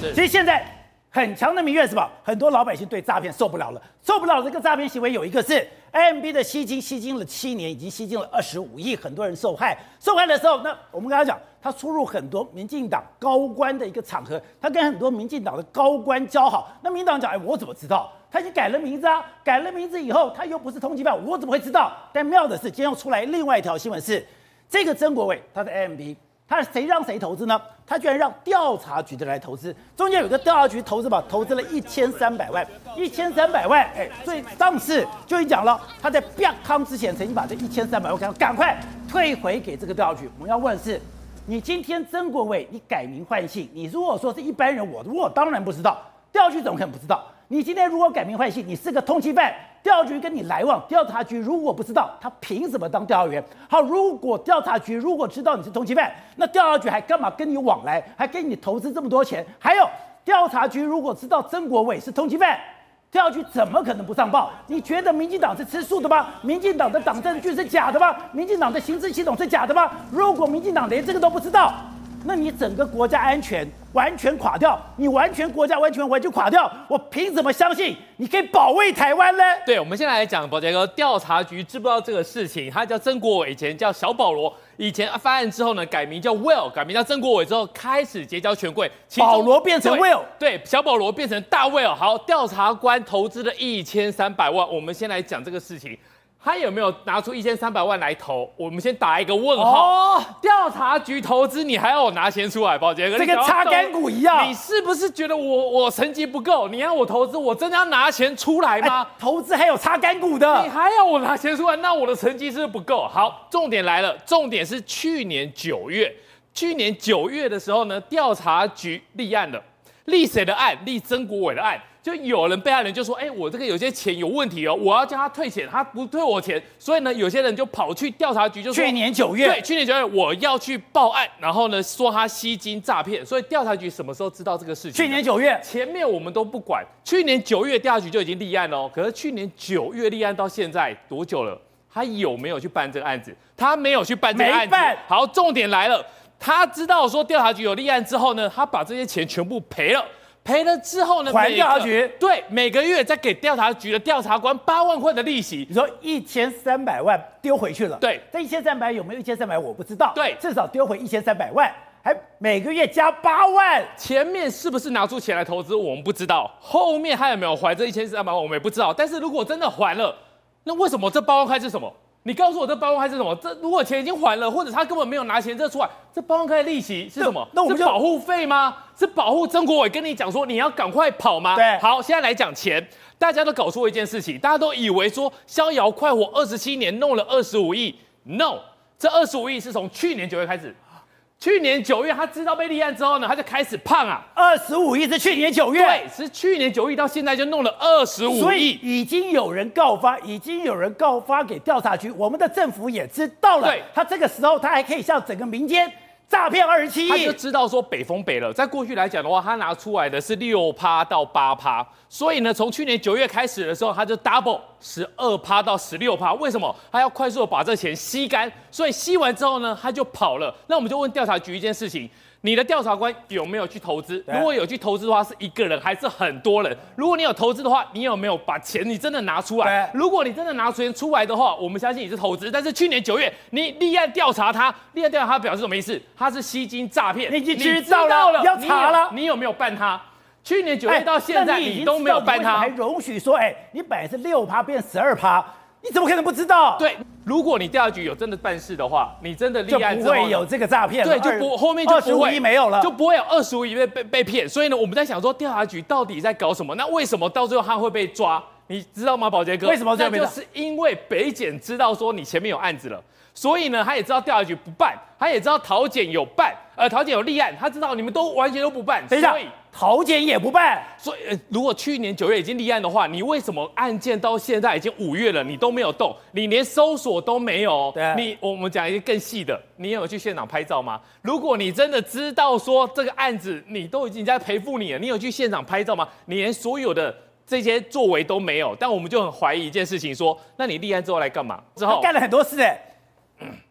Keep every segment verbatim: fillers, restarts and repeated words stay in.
其实现在很强的民怨是吧？很多老百姓对诈骗受不了了，受不了这个诈骗行为。有一个是 M B 的吸金，吸金了七年，已经吸金了二十五亿，很多人受害。受害的时候，那我们刚才讲，他出入很多民进党高官的一个场合，他跟很多民进党的高官交好。那民进党讲，哎，我怎么知道？他已经改了名字啊，改了名字以后，他又不是通缉犯，我怎么会知道？但妙的是，今天又出来另外一条新闻是，这个曾国伟他的 M B。他谁让谁投资呢？他居然让调查局的来投资，中间有个调查局投资吧，投资了一千三百万，一千三百万，哎，所以上次就已经讲了，他在变康之前曾经把这一千三百万赶快退回给这个调查局。我们要问的是，你今天曾国伟你改名换姓，你如果说是一般人，我我当然不知道，调查局怎么可能不知道？你今天如果改名换姓，你是个通缉犯，调查局跟你来往，调查局如果不知道，他凭什么当调查员？好，如果调查局如果知道你是通缉犯，那调查局还干嘛跟你往来，还跟你投资这么多钱？还有，调查局如果知道曾国伟是通缉犯，调查局怎么可能不上报？你觉得民进党是吃素的吗？民进党的党政军是假的吗？民进党的行政系统是假的吗？如果民进党连这个都不知道，那你整个国家安全完全垮掉，你完全国家完全完全垮掉，我凭什么相信你可以保卫台湾呢？ 对，我们现在来讲，宝杰哥，调查局知不知道这个事情？他叫曾国伟，以前叫小保罗，以前翻案之后呢，改名叫 Will， 改名叫曾国伟之后，开始结交权贵， 保罗变成 Will， 对，小保罗变成大 Will。好，调查官投资了一千三百万，我们先来讲这个事情。他有没有拿出一千三百万来投？我们先打一个问号。哦，调查局投资，你还要我拿钱出来，宝杰哥， 这跟擦干股一样。 你是不是觉得我我成绩不够？你让我投资，我真的要拿钱出来吗？ 哎，投资还有擦干股的， 你还要我拿钱出来？那我的成绩是不是不够？好，重点来了，重点是去年九月，去年九月的时候呢，调查局立案了，立谁的案？立曾国伟的案。就有人被害人就说，哎、欸，我这个有些钱有问题哦，我要叫他退钱，他不退我钱，所以呢，有些人就跑去调查局，就说去年九月， 对，去年九月我要去报案，然后呢说他吸金诈骗，所以调查局什么时候知道这个事情？ 去年九月， 前面我们都不管，去年九月调查局就已经立案了，可是去年九月立案到现在多久了？他有没有去办这个案子？他没有去办这个案子。 没办。 好，重点来了，他知道说调查局有立案之后呢，他把这些钱全部赔了。赔了之后呢？ 还调查局？ 对，每个月再给调查局的调查官八万块的利息。 你说一千三百万丢回去了？ 对， 这一千三百有没有一千三百我不知道。 对， 至少丢回一千三百万，还每个月加八万。 前面是不是拿出钱来投资？我们不知道。后面还有没有还这一千三百万？我们也不知道。但是如果真的还了，那为什么这八万块是什么？你告诉我这八万块是什么？这如果钱已经还了，或者他根本没有拿钱这出来，这八万块的利息是什么？ 那我们是保护费吗？是保护曾国伟跟你讲说你要赶快跑吗？ 对。 好，现在来讲钱，大家都搞错一件事情，大家都以为说逍遥快活二十七年弄了二十五亿 ，no， 这二十五亿是从去年九月开始。去年九月，他知道被立案之后呢，他就开始胖啊。 二十五亿是去年九月， 对，是去年九月到现在就弄了二十五亿， 所以已经有人告发，已经有人告发给调查局，我们的政府也知道了。 对， 他这个时候他还可以向整个民间诈骗二十七亿， 他就知道说北风北了。在过去来讲的话，他拿出来的是六趴到八趴，所以呢，从去年九月开始的时候，他就 double 十二趴到十六趴。为什么？他要快速的把这钱吸干，所以吸完之后呢，他就跑了。那我们就问调查局一件事情。你的调查官有没有去投资？如果有去投资的话，是一个人还是很多人？如果你有投资的话，你有没有把钱你真的拿出来？如果你真的拿钱出来的话，我们相信你是投资。但是去年九月你立案调查他，立案调查他表示什么意思？他是吸金诈骗， 你已经知道了，要查了， 你有没有办他？去年九月到现在你都没有办他， 还容许说，哎，你本来是六趴变十二趴。你怎么可能不知道？ 对，如果你调查局有真的办事的话，你真的立案之后就不会有这个诈骗， 对，就不后面就不会没有了， 就不会有二十五亿被被被骗。所以呢，我们在想说，调查局到底在搞什么？那为什么到最后他会被抓？你知道吗，宝杰哥？ 为什么这样？ 那就是因为北检知道说你前面有案子了，所以呢，他也知道调查局不办，他也知道桃检有办，呃，桃检有立案，他知道你们都完全都不办， 等一下所以桃检也不办。 所以，呃，如果去年九月已经立案的话，你为什么案件到现在已经五月了，你都没有动，你连搜索都没有？ 对， 你我们讲一个更细的，你有去现场拍照吗？如果你真的知道说这个案子你都已经在赔付你了，你有去现场拍照吗？你连所有的这些作为都没有，但我们就很怀疑一件事情说，那你立案之后来干嘛？之后干了很多事哎、欸。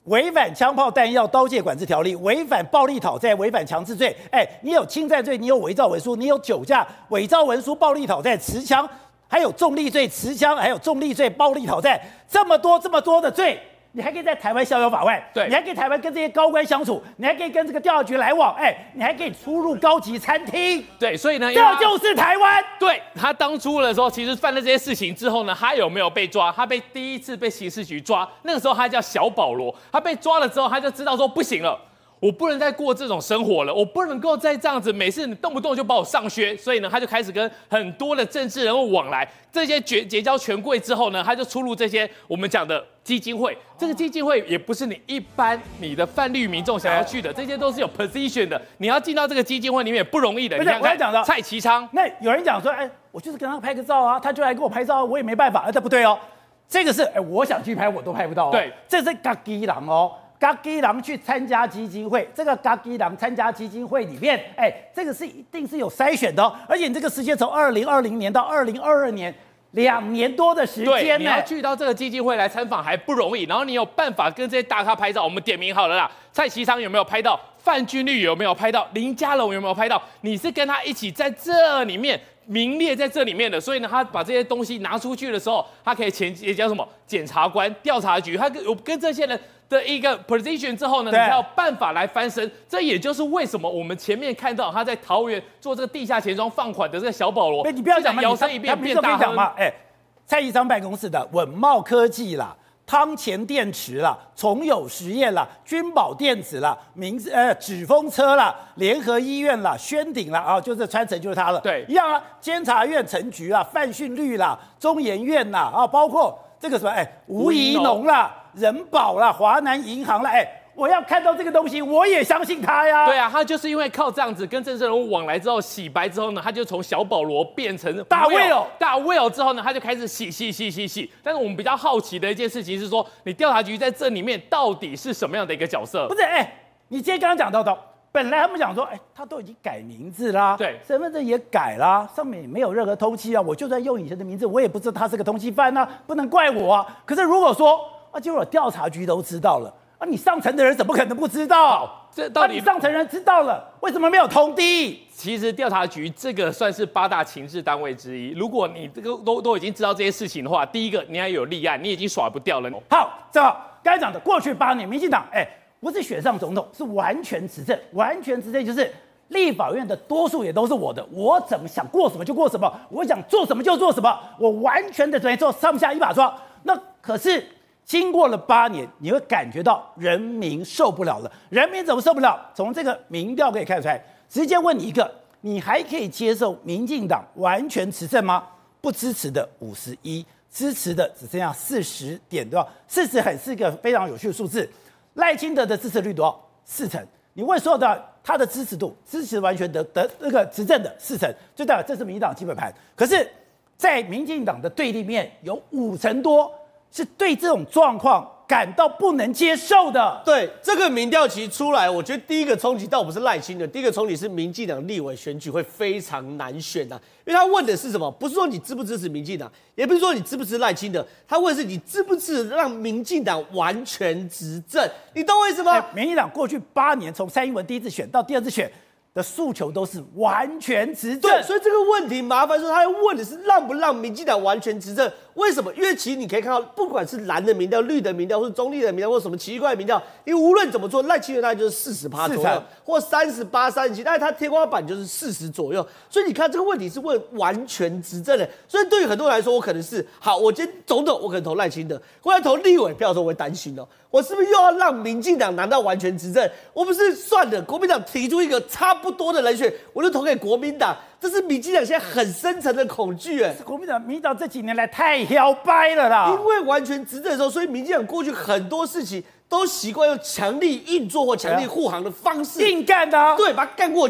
违反枪炮弹药刀械管制条例，违反暴力讨债，违反强制罪。哎，你有侵占罪，你有伪造文书，你有酒驾、伪造文书、暴力讨债、持枪，还有重力罪、持枪，还有重力罪、暴力讨债，这么多这么多的罪。你还可以在台湾逍遥法外， 对， 你还可以台湾跟这些高官相处，你还可以跟这个调查局来往，哎，你还可以出入高级餐厅， 对，所以呢， 这就是台湾。 对他当初的时候，其实犯了这些事情之后呢，他有没有被抓？他被第一次被刑事局抓，那个时候他叫小保罗，他被抓了之后，他就知道说不行了。我不能再过这种生活了，我不能够再这样子，每次你动不动就把我上削，所以呢，他就开始跟很多的政治人物往来，这些结结交权贵之后呢，他就出入这些我们讲的基金会。这个基金会也不是你一般你的泛绿民众想要去的，这些都是有 position 的，你要进到这个基金会里面也不容易的。 不是， 你看看我要讲的蔡其昌， 那有人讲说，哎，我就是跟他拍个照啊，他就来给我拍照，我也没办法，啊，这不对哦，这个是哎，我想去拍我都拍不到哦， 对， 这是嘎基郎哦。嘎基郎去参加基金会，这个嘎基郎参加基金会里面，哎，这个是一定是有筛选的哦，而且你这个时间从二零二零年到二零二二年，两年多的时间呢， 你要去到这个基金会来参访还不容易，然后你有办法跟这些大咖拍照，我们点名好了啦，蔡其昌有没有拍到？范君律有没有拍到？林佳龙有没有拍到？你是跟他一起在这里面名列在这里面的，所以呢，他把这些东西拿出去的时候，他可以前也叫什么检察官、调查局，他跟跟这些人的一个 position 之后呢，你才有办法来翻身。这也就是为什么我们前面看到他在桃园做这个地下钱庄放款的这个小保罗， 你不要讲嘛， 摇身一变变大亨嘛，哎，蔡其昌办公室的稳懋科技啦。汤前电池啦，重友实验啦，君宝电子啦，名字呃纸风车啦，联合医院啦，轩鼎啦，啊，就是川城就是它了。 对， 一样啊，监察院陈局啦，范训律啦，中研院啦，啊，包括这个什么哎，吴怡农啦，人保啦，华南银行啦，哎。我要看到这个东西，我也相信他呀。 对啊，他就是因为靠这样子跟政治人物往来之后洗白之后呢，他就从小保罗变成大卫哦， 大卫哦之后呢，他就开始洗洗洗洗洗。但是我们比较好奇的一件事情是说，你调查局在这里面到底是什么样的一个角色？ 不是，哎，你今天刚刚讲到的，本来他们讲说，哎，他都已经改名字啦， 对， 身份证也改啦，上面也没有任何通缉啊，我就算用以前的名字，我也不知道他是个通缉犯啊，不能怪我啊。可是如果说啊，结果调查局都知道了。啊，你上层的人怎么可能不知道？ 这到底、 啊、你上层人知道了，为什么没有通缉？ 其实调查局这个算是八大情治单位之一。如果你这个都都已经知道这些事情的话，第一个你还有立案，你已经耍不掉了。 好，正好刚才讲的，过去八年，民进党哎，不是选上总统，是完全执政，完全执政就是立法院的多数也都是我的，我怎么想过什么就过什么，我想做什么就做什么，我完全的等于做上下一把抓。那可是。经过了八年，你会感觉到人民受不了了。人民怎么受不了？从这个民调可以看出来。直接问你一个，你还可以接受民进党完全执政吗？不支持的五十一，支持的只剩下四十点多少？四十很是一个非常有趣的数字。赖清德的支持率多少？四成。你问所有的他的支持度，支持完全的的那个执政的四成，就代表这是民进党基本盘。可是，在民进党的对立面有五成多。是对这种状况感到不能接受的。 对这个民调其实出来，我觉得第一个冲击倒不是赖清德，第一个冲击是民进党立委选举会非常难选啊，因为他问的是什么？不是说你支不支持民进党，也不是说你支不支持赖清德，他问的是你支不支持让民进党完全执政，你懂我意思吗？ 欸、民进党过去八年从蔡英文第一次选到第二次选。的诉求都是完全执政， 对，所以这个问题麻烦说，他问的是让不让民进党完全执政？为什么？因为其实你可以看到，不管是蓝的民调、绿的民调，或是中立的民调，或什么奇怪的民调，你无论怎么做，赖清德大概就是四十趴左右，或三十八、三十七，但是他天花板就是四十左右。所以你看这个问题是问完全执政的，所以对于很多人来说，我可能是好，我今天总统我可能投赖清德，或者投立委票的时候，我会担心哦。我是不是又要让民进党拿到完全执政？我不是算了，国民党提出一个差不多的人选，我就投给国民党。这是民进党现在很深层的恐惧，哎， 国民党、民进党这几年来太摇摆了啦。 因为完全执政的时候，所以民进党过去很多事情都习惯用强力硬做或强力护航的方式硬干的、啊， 对，把它干过去。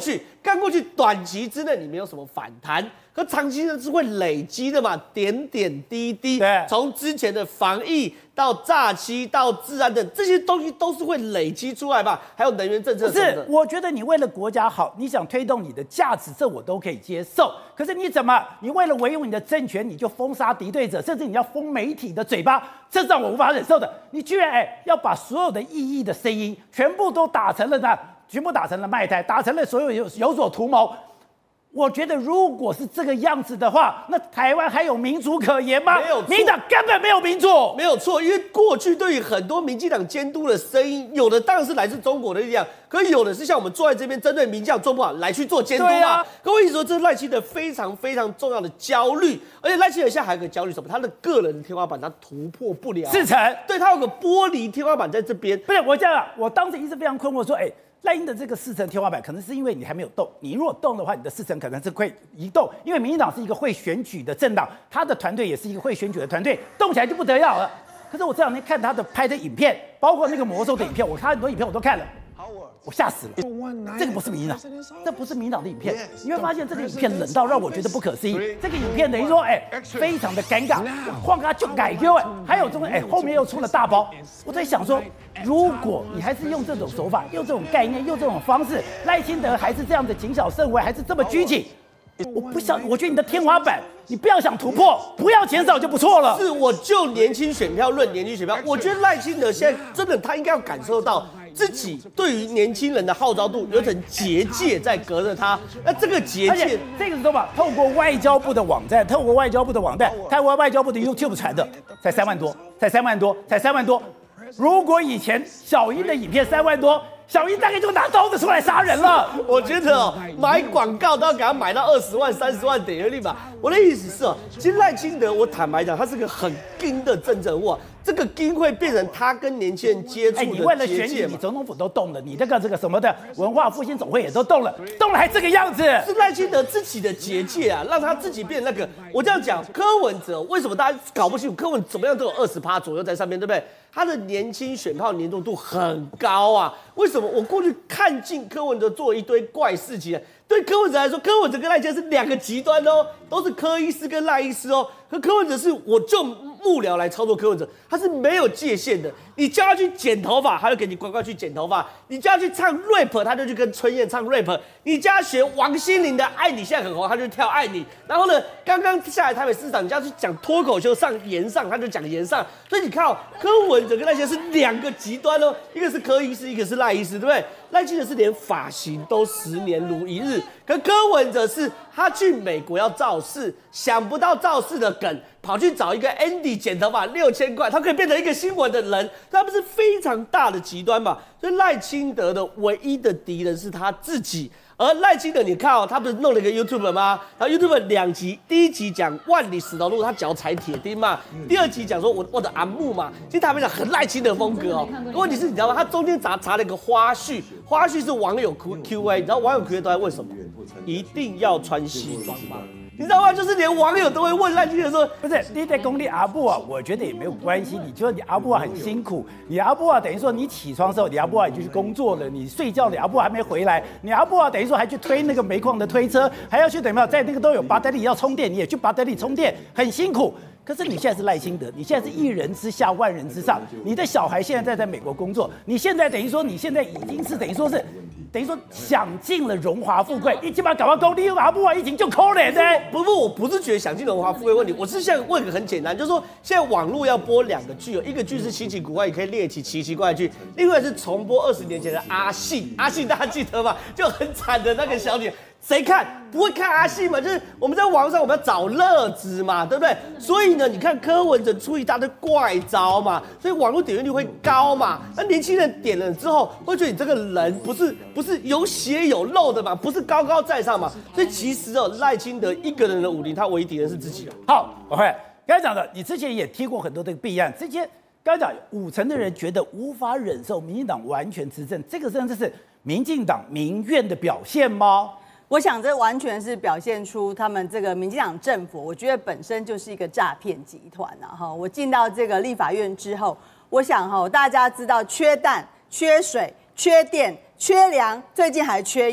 干过去短期之内你没有什么反弹，可长期呢是会累积的嘛，点点滴滴。 对， 从之前的防疫到诈欺到治安等这些东西都是会累积出来嘛，还有能源政策什么的。 是，我觉得你为了国家好，你想推动你的价值，这我都可以接受。可是你怎么，你为了维护你的政权，你就封杀敌对者，甚至你要封媒体的嘴巴，这是让我无法忍受的。你居然哎要把所有的异议的声音全部都打成了呢？全部打成了卖台，打成了所有有有所图谋。我觉得如果是这个样子的话，那台湾还有民主可言吗？ 没有错， 民进党根本没有民主， 没有错。因为过去对于很多民进党监督的声音，有的当然是来自中国的力量，可有的是像我们坐在这边针对民进党做不好来去做监督嘛。 啊、 各位说，这是赖清德非常非常重要的焦虑，而且赖清德现在还有个焦虑什么？他的个人的天花板他突破不了， 四成， 对他有个玻璃天花板在这边。 不是我这样，我当时一直非常困惑，说，哎。赖清德这个四成天花板，可能是因为你还没有动。你如果动的话，你的四成可能是会移动，因为民进党是一个会选举的政党，他的团队也是一个会选举的团队，动起来就不得了了。可是我这两天看他的拍的影片，包括那个魔兽的影片，我看很多影片我都看了，我吓死了。这个不是民进党，这不是民进党的影片。你会发现这个影片冷到让我觉得不可思议。这个影片等于说，哎、欸，非常的尴尬，晃他就改丢哎，还有这种哎，后面又出了大包。我在想说，如果你还是用这种手法，用这种概念，用这种方式，赖清德还是这样的谨小慎微，还是这么拘谨。我不想，我觉得你的天花板，你不要想突破，不要减少就不错了。 是，我就年轻选票论年轻选票，我觉得赖清德现在真的他应该要感受到自己对于年轻人的号召度有一层结界在隔着他。那这个结界， 这个是什么？透过外交部的网站，透过外交部的网站，透过外交部的 YouTube 传的，才三万多，才三万多，才三万多。如果以前小英的影片三万多，小英大概就拿刀子出来杀人了。 我觉得哦，买广告都要给他买到二十万、三十万点阅率吧。我的意思是哦，其实赖清德，我坦白讲，他是个很硬的政治人物啊。这个硬会变成他跟年轻人接触的结界嘛。 哎，你为了选举，你总统府都动了，你这个这个什么的文化复兴总会也都动了，动了还这个样子。 是赖清德自己的结界啊，让他自己变那个。我这样讲，柯文哲为什么大家搞不清楚？柯文怎么样都有二十趴左右在上面，对不对？他的年轻选票粘度度很高啊。为什么？我过去看尽柯文哲做一堆怪事情。对柯文哲来说，柯文哲跟赖清德是两个极端哦，都是柯医师跟赖医师哦。可柯文哲是我就幕僚来操作柯文哲，他是没有界限的。你叫他去剪头发，他就给你乖乖去剪头发；你叫他去唱 rap， 他就去跟春燕唱 rap； 你叫他学王心凌的《爱你》现在很红，他就跳《爱你》。然后呢，刚刚下来台北市长，你叫他去讲脱口秀上言上，他就讲言上。所以你看哦，柯文哲跟赖清德是两个极端哦，一个是柯医师，一个是赖医师，对不对？赖清德是连发型都十年如一日，可柯文哲是他去美国要造势，想不到造势的梗，跑去找一个 Andy 剪头发六千块，他可以变成一个新闻的人，他不是非常大的极端嘛？所以赖清德的唯一的敌人是他自己。而赖清德，你看哦，他不是弄了一个 YouTube 吗？然后 YouTube 两集，第一集讲万里石头路，他脚踩铁钉嘛；第二集讲说我我的阿木嘛。其实他们讲很赖清德风格哦。问题是，你知道吗？他中间查查了一个花絮，花絮是网友 Q A， 你知道网友 Q A 都在问什么？一定要穿西装吗？你知道吗？就是连网友都会问赖清德说：“ 不是你在公立阿布啊？我觉得也没有关系。你觉得你阿布啊很辛苦，你阿布啊等于说你起床的时候，你阿布啊已经去工作了，你睡觉你阿布还没回来，你阿布啊等于说还去推那个煤矿的推车，还要去等于在那个都有巴德利要充电，你也去巴德利充电，很辛苦。可是你现在是赖清德，你现在是一人之下万人之上，你的小孩现在在在美国工作，你现在等于说你现在已经是等于说是。”等于说享尽了荣华富贵，你起码搞到工地阿布啊，已经就可怜的。 不不，我不是觉得享尽荣华富贵问题，我是现在问个很简单，就是说现在网络要播两个剧哦，一个剧是稀奇古怪，也可以猎奇奇奇怪的剧，另外是重播二十年前的阿信，阿信大家记得吗？就很惨的那个小女。谁看不会看阿信嘛？就是我们在网上我们要找乐子嘛，对不对？所以呢，你看柯文哲出一大堆怪招嘛，所以网络点阅率会高嘛。那年轻人点了之后，会觉得你这个人不是不是有血有肉的嘛，不是高高在上嘛。所以其实哦，赖清德一个人的武林，他唯一敌人是自己。 好 ，OK， 刚才讲的，你之前也提过很多的弊案，这些刚才讲五成的人觉得无法忍受民进党完全执政，这个真的是民进党民怨的表现吗？ 我想这完全是表现出他们这个民进党政府，我觉得本身就是一个诈骗集团啊！哈，我进到这个立法院之后，我想哈，大家知道缺蛋、缺水、缺电、缺粮，最近还缺药。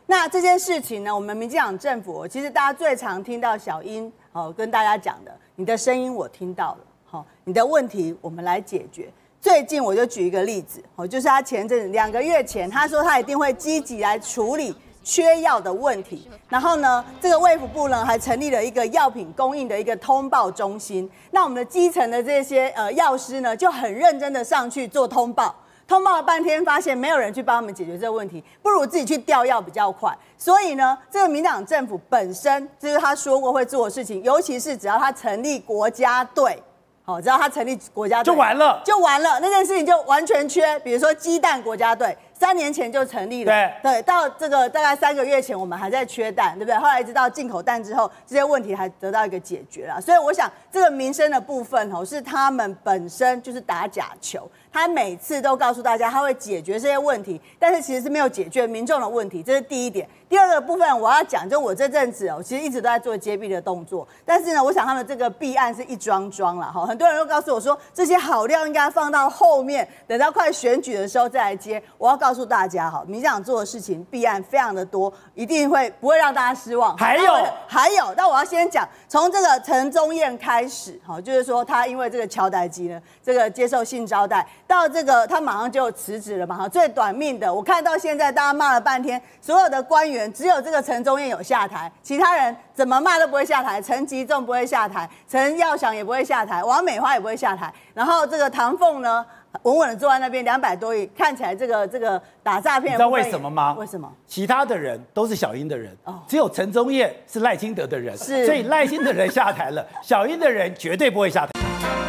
那这件事情呢，我们民进党政府，其实大家最常听到小英哦跟大家讲的，你的声音我听到了，好，你的问题我们来解决。最近我就举一个例子，哦，就是他前阵子两个月前，他说他一定会积极来处理缺药的问题。然后呢，这个卫福部呢还成立了一个药品供应的一个通报中心。那我们的基层的这些呃药师呢，就很认真的上去做通报。通报了半天，发现没有人去帮他们解决这个问题，不如自己去调药比较快。所以呢，这个民党政府本身就是他说过会做的事情，尤其是只要他成立国家队，好，只要他成立国家队就完了， 就完了，那件事情就完全缺。比如说鸡蛋国家队，三年前就成立了， 对对，到这个大概三个月前，我们还在缺蛋，对不对？后来一直到进口蛋之后，这些问题还得到一个解决了。所以我想，这个民生的部分哦，是他们本身就是打假球。他每次都告诉大家他会解决这些问题，但是其实是没有解决民众的问题，这是第一点。第二个部分我要讲，就我这阵子哦，其实一直都在做揭弊的动作，但是呢，我想他们这个弊案是一桩桩了哈。很多人都告诉我说，这些好料应该放到后面，等到快选举的时候再来接。我要告诉大家哈，民进党做的事情弊案非常的多，一定会不会让大家失望。 还有还有，但我要先讲，从这个陈宗彦开始，哈，就是说他因为这个乔代基呢，这个接受性招待。到这个他马上就辞职了嘛，哈，最短命的，我看到现在大家骂了半天，所有的官员只有这个陈宗彦有下台，其他人怎么骂都不会下台，陈吉仲不会下台，陈耀祥也不会下台，王美花也不会下台，然后这个唐凤呢，稳稳的坐在那边，两百多亿，看起来这个这个打诈骗， 你知道为什么吗？ 为什么？ 其他的人都是小英的人， 哦只有陈宗彦是赖清德的人， 是所以赖清德人下台了，小英的人绝对不会下台。